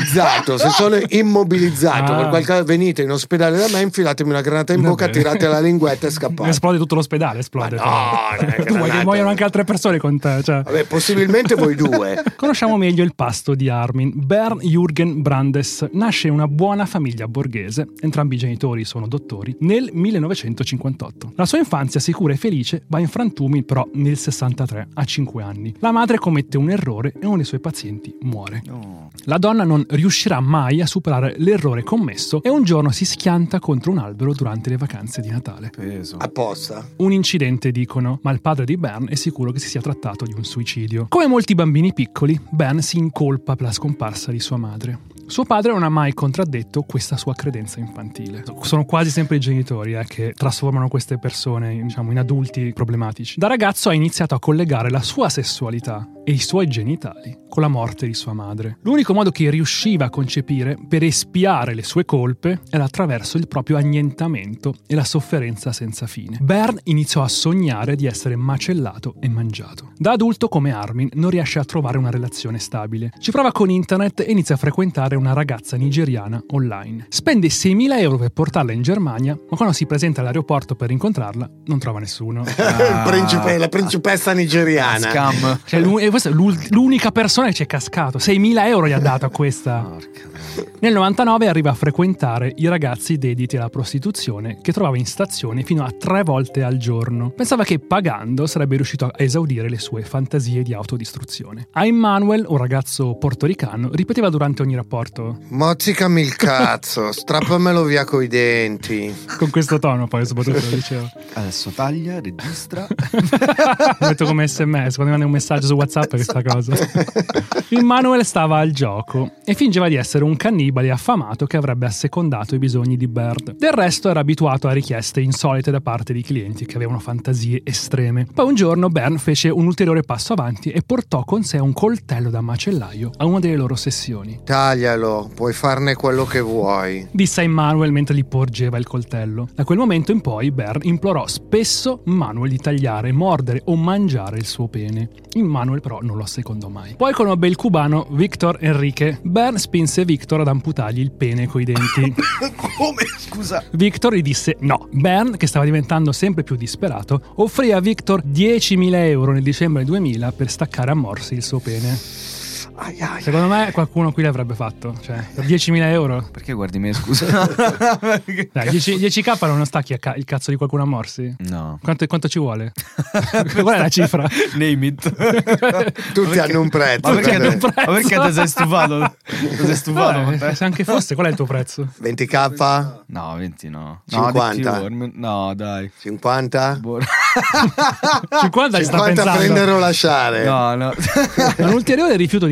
Sono immobilizzato per qualcosa, venite in ospedale da me, infilatemi una granata in bocca, tirate la linguetta e scappate. Esplode tutto l'ospedale, esplode. Tu vuoi che muoiano anche altre persone con te, cioè. Vabbè, possibilmente voi due. Conosciamo meglio il pasto di Armin. Bernd Jürgen Brandes nasce in una buona famiglia borghese, entrambi i genitori sono dottori, nel 1958. La sua infanzia sicura e felice va in frantumi però nel 63, a 5 anni. La madre commette un errore e uno dei suoi pazienti muore. La donna non riuscirà mai a superare l'errore commesso e un giorno si schianta contro un albero durante le vacanze di Natale. Peso. Apposta. Un incidente, dicono, ma il padre di Bernd è sicuro che si sia trattato di un suicidio. Come molti bambini piccoli, Bernd si incolpa per la scomparsa di sua madre. Suo padre non ha mai contraddetto questa sua credenza infantile. Sono quasi sempre i genitori che trasformano queste persone, in adulti problematici. Da ragazzo ha iniziato a collegare la sua sessualità e i suoi genitali con la morte di sua madre. L'unico modo che riusciva a concepire per espiare le sue colpe era attraverso il proprio annientamento e la sofferenza senza fine. Bernd iniziò a sognare di essere macellato e mangiato. Da adulto, come Armin, non riesce a trovare una relazione stabile. Ci prova con internet e inizia a frequentare una ragazza nigeriana online. Spende 6.000 euro per portarla in Germania, ma quando si presenta all'aeroporto per incontrarla non trova nessuno. La principessa nigeriana. Scam. Cioè, questa è l'unica persona che ci è cascato. 6.000 euro gli ha dato a questa. Nel 99 arriva a frequentare i ragazzi dediti alla prostituzione che trovava in stazione fino a 3 volte al giorno. Pensava che pagando sarebbe riuscito a esaudire le sue fantasie di autodistruzione. A Emmanuel, un ragazzo portoricano, ripeteva durante ogni rapporto: mozzicami il cazzo, strappamelo via coi denti. Con questo tono poi soprattutto lo dicevo. Adesso taglia, registra. Lo metto come SMS quando mi manda un messaggio su WhatsApp questa cosa. Emmanuel stava al gioco e fingeva di essere un cannibale affamato che avrebbe assecondato i bisogni di Bernd. Del resto era abituato a richieste insolite da parte di clienti che avevano fantasie estreme. Poi un giorno Bernd fece un ulteriore passo avanti e portò con sé un coltello da macellaio a una delle loro sessioni. Taglialo, puoi farne quello che vuoi, disse a Emmanuel mentre gli porgeva il coltello. Da quel momento in poi Bernd implorò spesso Emmanuel di tagliare, mordere o mangiare il suo pene. Emmanuel però non lo assecondò mai. Poi conobbe il cubano Victor Enrique. Bernd spinse Victor ad amputargli il pene coi denti. Come? Scusa. Victor gli disse no. Bernd, che stava diventando sempre più disperato, offrì a Victor 10.000 euro nel dicembre 2000 per staccare a morsi il suo pene. Secondo me qualcuno qui l'avrebbe fatto, cioè per 10.000 euro. Perché guardi me, scusa? Dai, 10k non stacchi il cazzo di qualcuno a morsi? No. Quanto ci vuole? Qual è la cifra? Name it. Tutti hanno un prezzo. Ma perché ti sei stufato? Ti sei stufato? Se anche fosse, qual è il tuo prezzo? 20k? No, 20 no. 50? No, dai. 50? 50 ci sta pensando. Prendere o lasciare? No. Un ulteriore rifiuto di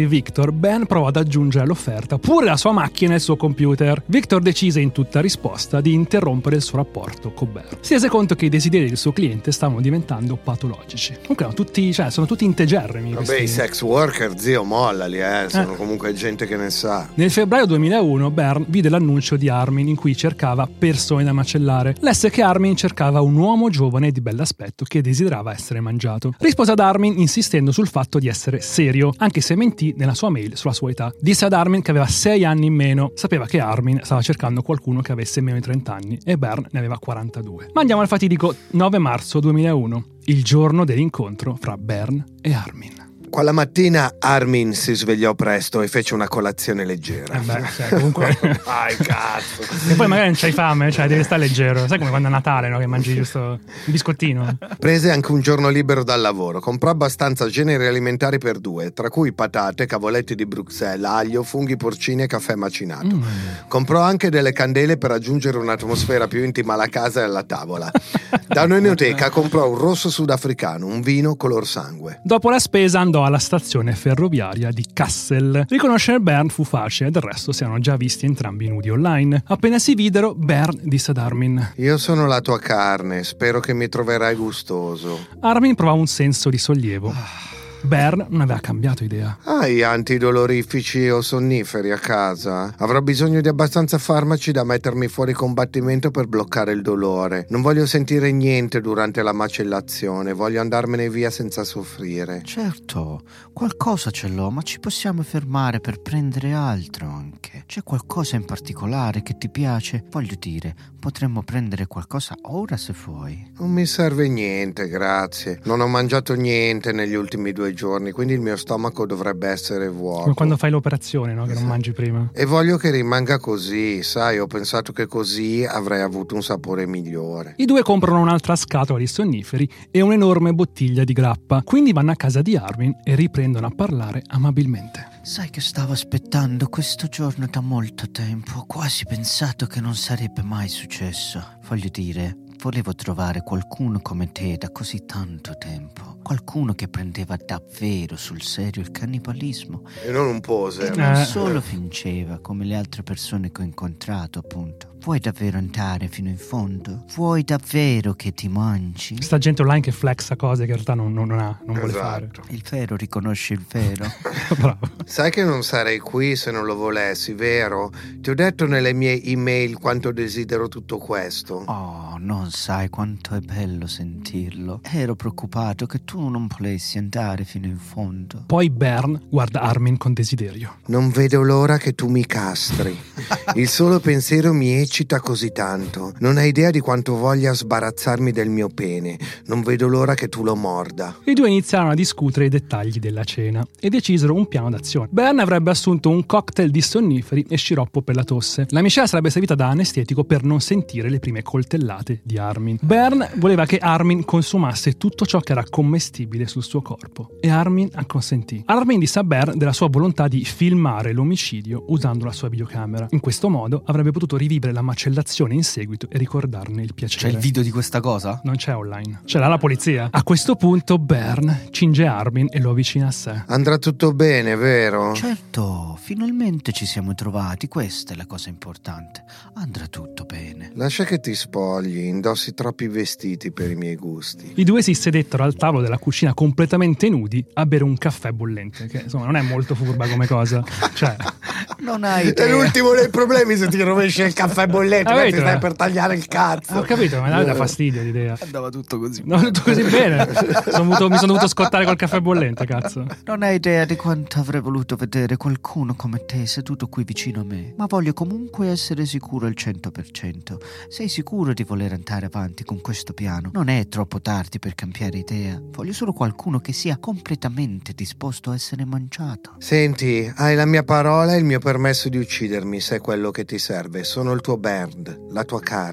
Victor, Ben provò ad aggiungere all'offerta pure la sua macchina e il suo computer. Victor decise in tutta risposta di interrompere il suo rapporto con Ben. Si rese conto che i desideri del suo cliente stavano diventando patologici. Comunque sono tutti integerrimi. Vabbè, i sex worker, zio, mollali, sono comunque gente che ne sa. Nel febbraio 2001 Bern vide l'annuncio di Armin in cui cercava persone da macellare. Lesse che Armin cercava un uomo giovane di bell'aspetto che desiderava essere mangiato. Rispose ad Armin insistendo sul fatto di essere serio, anche se mentì nella sua mail sulla sua età. Disse ad Armin che aveva 6 anni in meno. Sapeva che Armin stava cercando qualcuno che avesse meno di 30 anni e Bern ne aveva 42. Ma andiamo al fatidico 9 marzo 2001, il giorno dell'incontro fra Bern e Armin. Quella mattina Armin si svegliò presto e fece una colazione leggera. Comunque. Ai cazzo. E poi magari non c'hai fame, devi stare leggero. Sai come quando è Natale, no? Che mangi giusto un biscottino. Prese anche un giorno libero dal lavoro. Comprò abbastanza generi alimentari per 2, tra cui patate, cavoletti di Bruxelles, aglio, funghi porcini e caffè macinato. Comprò anche delle candele per aggiungere un'atmosfera più intima alla casa e alla tavola. Da un'enoteca comprò un rosso sudafricano, un vino color sangue. Dopo la spesa andò alla stazione ferroviaria di Kassel. Riconoscere Bern fu facile, del resto si erano già visti entrambi nudi online. Appena si videro, Bern disse ad Armin: io sono la tua carne, spero che mi troverai gustoso. Armin provò un senso di sollievo. Bern non aveva cambiato idea. Hai antidolorifici o sonniferi a casa? Avrò bisogno di abbastanza farmaci da mettermi fuori combattimento per bloccare il dolore. Non voglio sentire niente durante la macellazione, voglio andarmene via senza soffrire. Certo, qualcosa ce l'ho, ma ci possiamo fermare per prendere altro anche. C'è qualcosa in particolare che ti piace? Voglio dire, potremmo prendere qualcosa ora se vuoi. Non mi serve niente, grazie. Non ho mangiato niente negli ultimi 2 giorni, quindi il mio stomaco dovrebbe essere vuoto. Come quando fai l'operazione, no? Che non mangi prima. E voglio che rimanga così, sai, ho pensato che così avrei avuto un sapore migliore. I due comprano un'altra scatola di sonniferi e un'enorme bottiglia di grappa, quindi vanno a casa di Armin e riprendono a parlare amabilmente. Sai che stavo aspettando questo giorno da molto tempo, ho quasi pensato che non sarebbe mai successo. Voglio dire, volevo trovare qualcuno come te da così tanto tempo. Qualcuno che prendeva davvero sul serio il cannibalismo. E non un poser. E non solo fingeva come le altre persone che ho incontrato, appunto. Vuoi davvero andare fino in fondo? Vuoi davvero che ti mangi? Sta gente online che flexa cose che in realtà non vuole fare. Il vero riconosce il vero. Bravo. Sai che non sarei qui se non lo volessi, vero? Ti ho detto nelle mie email quanto desidero tutto questo. Oh, non sai quanto è bello sentirlo. Ero preoccupato che tu non volessi andare fino in fondo. Poi Bern guarda Armin con desiderio. Non vedo l'ora che tu mi castri. Il solo pensiero mi eccita così tanto. Non hai idea di quanto voglia sbarazzarmi del mio pene. Non vedo l'ora che tu lo morda. I due iniziarono a discutere i dettagli della cena e decisero un piano d'azione. Bern avrebbe assunto un cocktail di sonniferi e sciroppo per la tosse. La miscela sarebbe servita da anestetico per non sentire le prime coltellate di Armin. Bern voleva che Armin consumasse tutto ciò che era commestibile sul suo corpo e Armin acconsentì. Armin disse a Bern della sua volontà di filmare l'omicidio usando la sua videocamera. In questo modo avrebbe potuto rivivere la macellazione in seguito e ricordarne il piacere. C'è il video di questa cosa? Non c'è online. Ce l'ha la polizia. A questo punto Bern cinge Armin e lo avvicina a sé. Andrà tutto bene, vero? Certo, finalmente ci siamo trovati, questa è la cosa importante. Andrà tutto bene. Lascia che ti spogli, indossi troppi vestiti per i miei gusti. I due si sedettero al tavolo della cucina completamente nudi a bere un caffè bollente, che insomma non è molto furba come cosa. Cioè, non hai idea. È l'ultimo dei problemi se ti rovesci il caffè bollente, ti stai per tagliare il cazzo. Ho capito, ma dà fastidio l'idea. Andava tutto così. No, tutto così bene. Mi sono dovuto scottare col caffè bollente, cazzo. Non hai idea di quanto avrei voluto vedere qualcuno come te seduto qui vicino a me. Ma voglio comunque essere sicuro al 100%. Sei sicuro di voler andare avanti con questo piano? Non è troppo tardi per cambiare idea. Voglio solo qualcuno che sia completamente disposto a essere mangiato. Senti, hai la mia parola e il mio permesso di uccidermi se è quello che ti serve. Sono il tuo Bernd, la tua carne.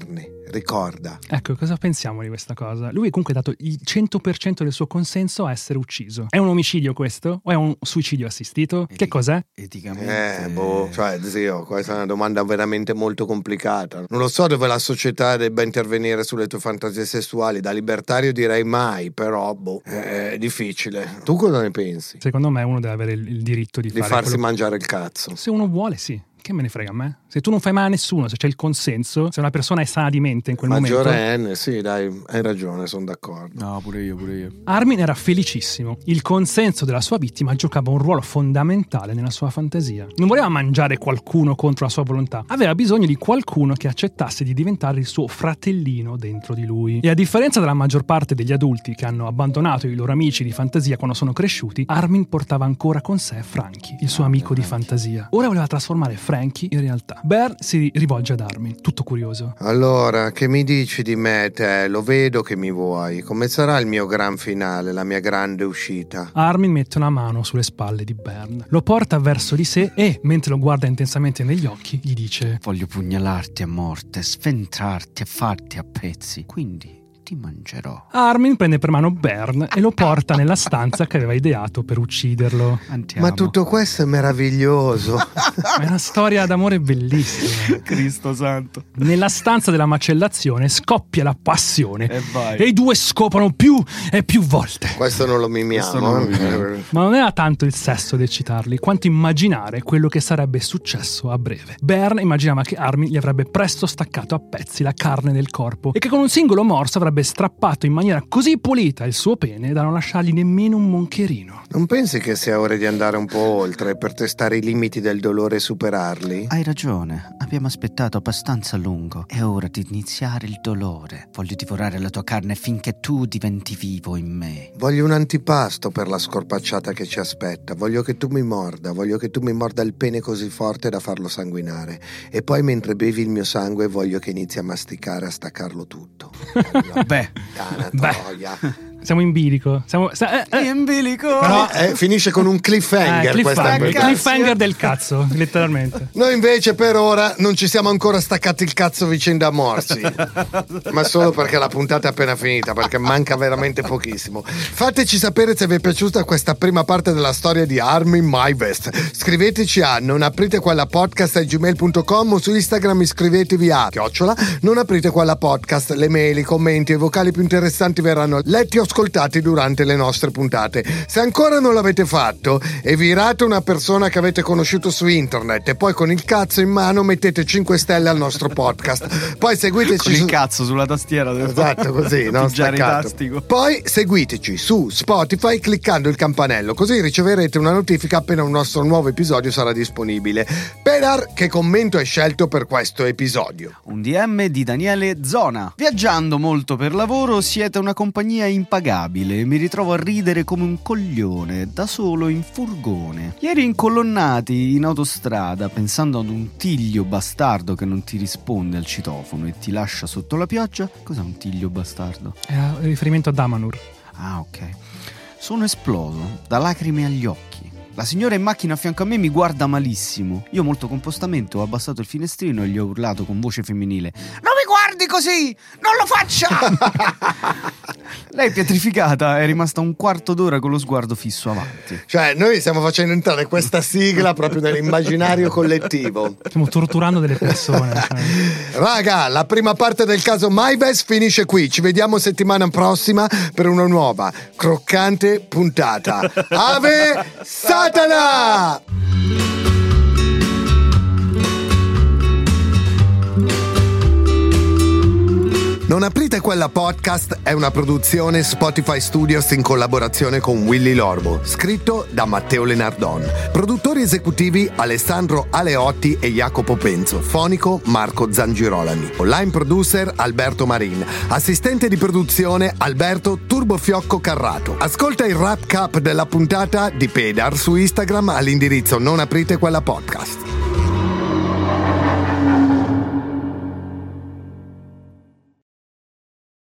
ricorda. Ecco, cosa pensiamo di questa cosa? Lui comunque ha dato il 100% del suo consenso a essere ucciso. È un omicidio questo? O è un suicidio assistito? Che cos'è? Eticamente... cioè zio, questa è una domanda veramente molto complicata. Non lo so dove la società debba intervenire sulle tue fantasie sessuali. Da libertario direi mai, però è difficile. Tu cosa ne pensi? Secondo me uno deve avere il diritto di farsi mangiare il cazzo. Se uno vuole, sì. Che me ne frega a me? Se tu non fai male a nessuno, se c'è il consenso, se una persona è sana di mente in quel momento... Maggiorenne, sì, dai, hai ragione, sono d'accordo. No, pure io. Armin era felicissimo. Il consenso della sua vittima giocava un ruolo fondamentale nella sua fantasia. Non voleva mangiare qualcuno contro la sua volontà. Aveva bisogno di qualcuno che accettasse di diventare il suo fratellino dentro di lui. E a differenza della maggior parte degli adulti che hanno abbandonato i loro amici di fantasia quando sono cresciuti, Armin portava ancora con sé Frankie, il suo amico di fantasia. Ora voleva trasformare Frankie in realtà. Bern si rivolge ad Armin, tutto curioso. Allora, che mi dici di me, te? Lo vedo che mi vuoi. Come sarà il mio gran finale, la mia grande uscita? Armin mette una mano sulle spalle di Bern, lo porta verso di sé e, mentre lo guarda intensamente negli occhi, gli dice: voglio pugnalarti a morte, sventrarti e farti a pezzi, quindi ti mangerò. Armin prende per mano Bern e lo porta nella stanza che aveva ideato per ucciderlo. Andiamo. Ma tutto questo è meraviglioso. È una storia d'amore bellissima. Cristo santo. Nella stanza della macellazione scoppia la passione e i due scopano più e più volte. Questo non lo mimiamo. Ma non era tanto il sesso ad eccitarli quanto immaginare quello che sarebbe successo a breve. Bern immaginava che Armin gli avrebbe presto staccato a pezzi la carne del corpo e che con un singolo morso avrebbe strappato in maniera così pulita il suo pene da non lasciargli nemmeno un moncherino. Non pensi che sia ora di andare un po' oltre per testare i limiti del dolore e superarli? Hai ragione, abbiamo aspettato abbastanza a lungo. È ora di iniziare il dolore. Voglio divorare la tua carne finché tu diventi vivo in me. Voglio un antipasto per la scorpacciata che ci aspetta. Voglio che tu mi morda il pene così forte da farlo sanguinare. E poi mentre bevi il mio sangue voglio che inizi a masticare, a staccarlo tutto. Beh, siamo in bilico. In bilico. Però, finisce con un cliffhanger. Cliffhanger del cazzo, letteralmente. Noi invece per ora non ci siamo ancora staccati il cazzo vicenda a morsi. Ma solo perché la puntata è appena finita, perché manca veramente pochissimo. Fateci sapere se vi è piaciuta questa prima parte della storia di Armin Maiwest. Scriveteci a nonapritequellapodcast@gmail.com o su Instagram iscrivetevi a @nonapritequellapodcast. Le mail, i commenti e i vocali più interessanti verranno letti o ascoltati durante le nostre puntate. Se ancora non l'avete fatto e virate una persona che avete conosciuto su internet e poi con il cazzo in mano mettete 5 stelle al nostro podcast. Poi seguiteci con il cazzo sulla tastiera. Esatto, così, no? Staccato. Poi seguiteci su Spotify cliccando il campanello, così riceverete una notifica appena un nostro nuovo episodio sarà disponibile. Pedar, che commento hai scelto per questo episodio? Un DM di Daniele Zona. Viaggiando molto per lavoro siete una compagnia impagabile. Mi ritrovo a ridere come un coglione, da solo in furgone. Ieri incolonnati in autostrada, pensando ad un tiglio bastardo che non ti risponde al citofono e ti lascia sotto la pioggia. Cos'è un tiglio bastardo? È riferimento a Damanur. Ah, ok. Sono esploso, da lacrime agli occhi. La signora in macchina a fianco a me mi guarda malissimo. Io molto compostamente ho abbassato il finestrino e gli ho urlato con voce femminile: non mi guardi così! Non lo faccia! Lei, pietrificata, è rimasta un quarto d'ora con lo sguardo fisso avanti. Cioè, noi stiamo facendo entrare questa sigla proprio nell'immaginario collettivo. Stiamo torturando delle persone. Raga, la prima parte del caso Maiwest finisce qui. Ci vediamo settimana prossima per una nuova croccante puntata. Ave Satana! Non aprite quella podcast è una produzione Spotify Studios in collaborazione con Willy Lorbo, scritto da Matteo Lenardon. Produttori esecutivi Alessandro Aleotti e Jacopo Penzo, fonico Marco Zangirolami, online producer Alberto Marin, assistente di produzione Alberto Turbofiocco Carrato. Ascolta il wrap up della puntata di Pedar su Instagram all'indirizzo Non aprite quella podcast.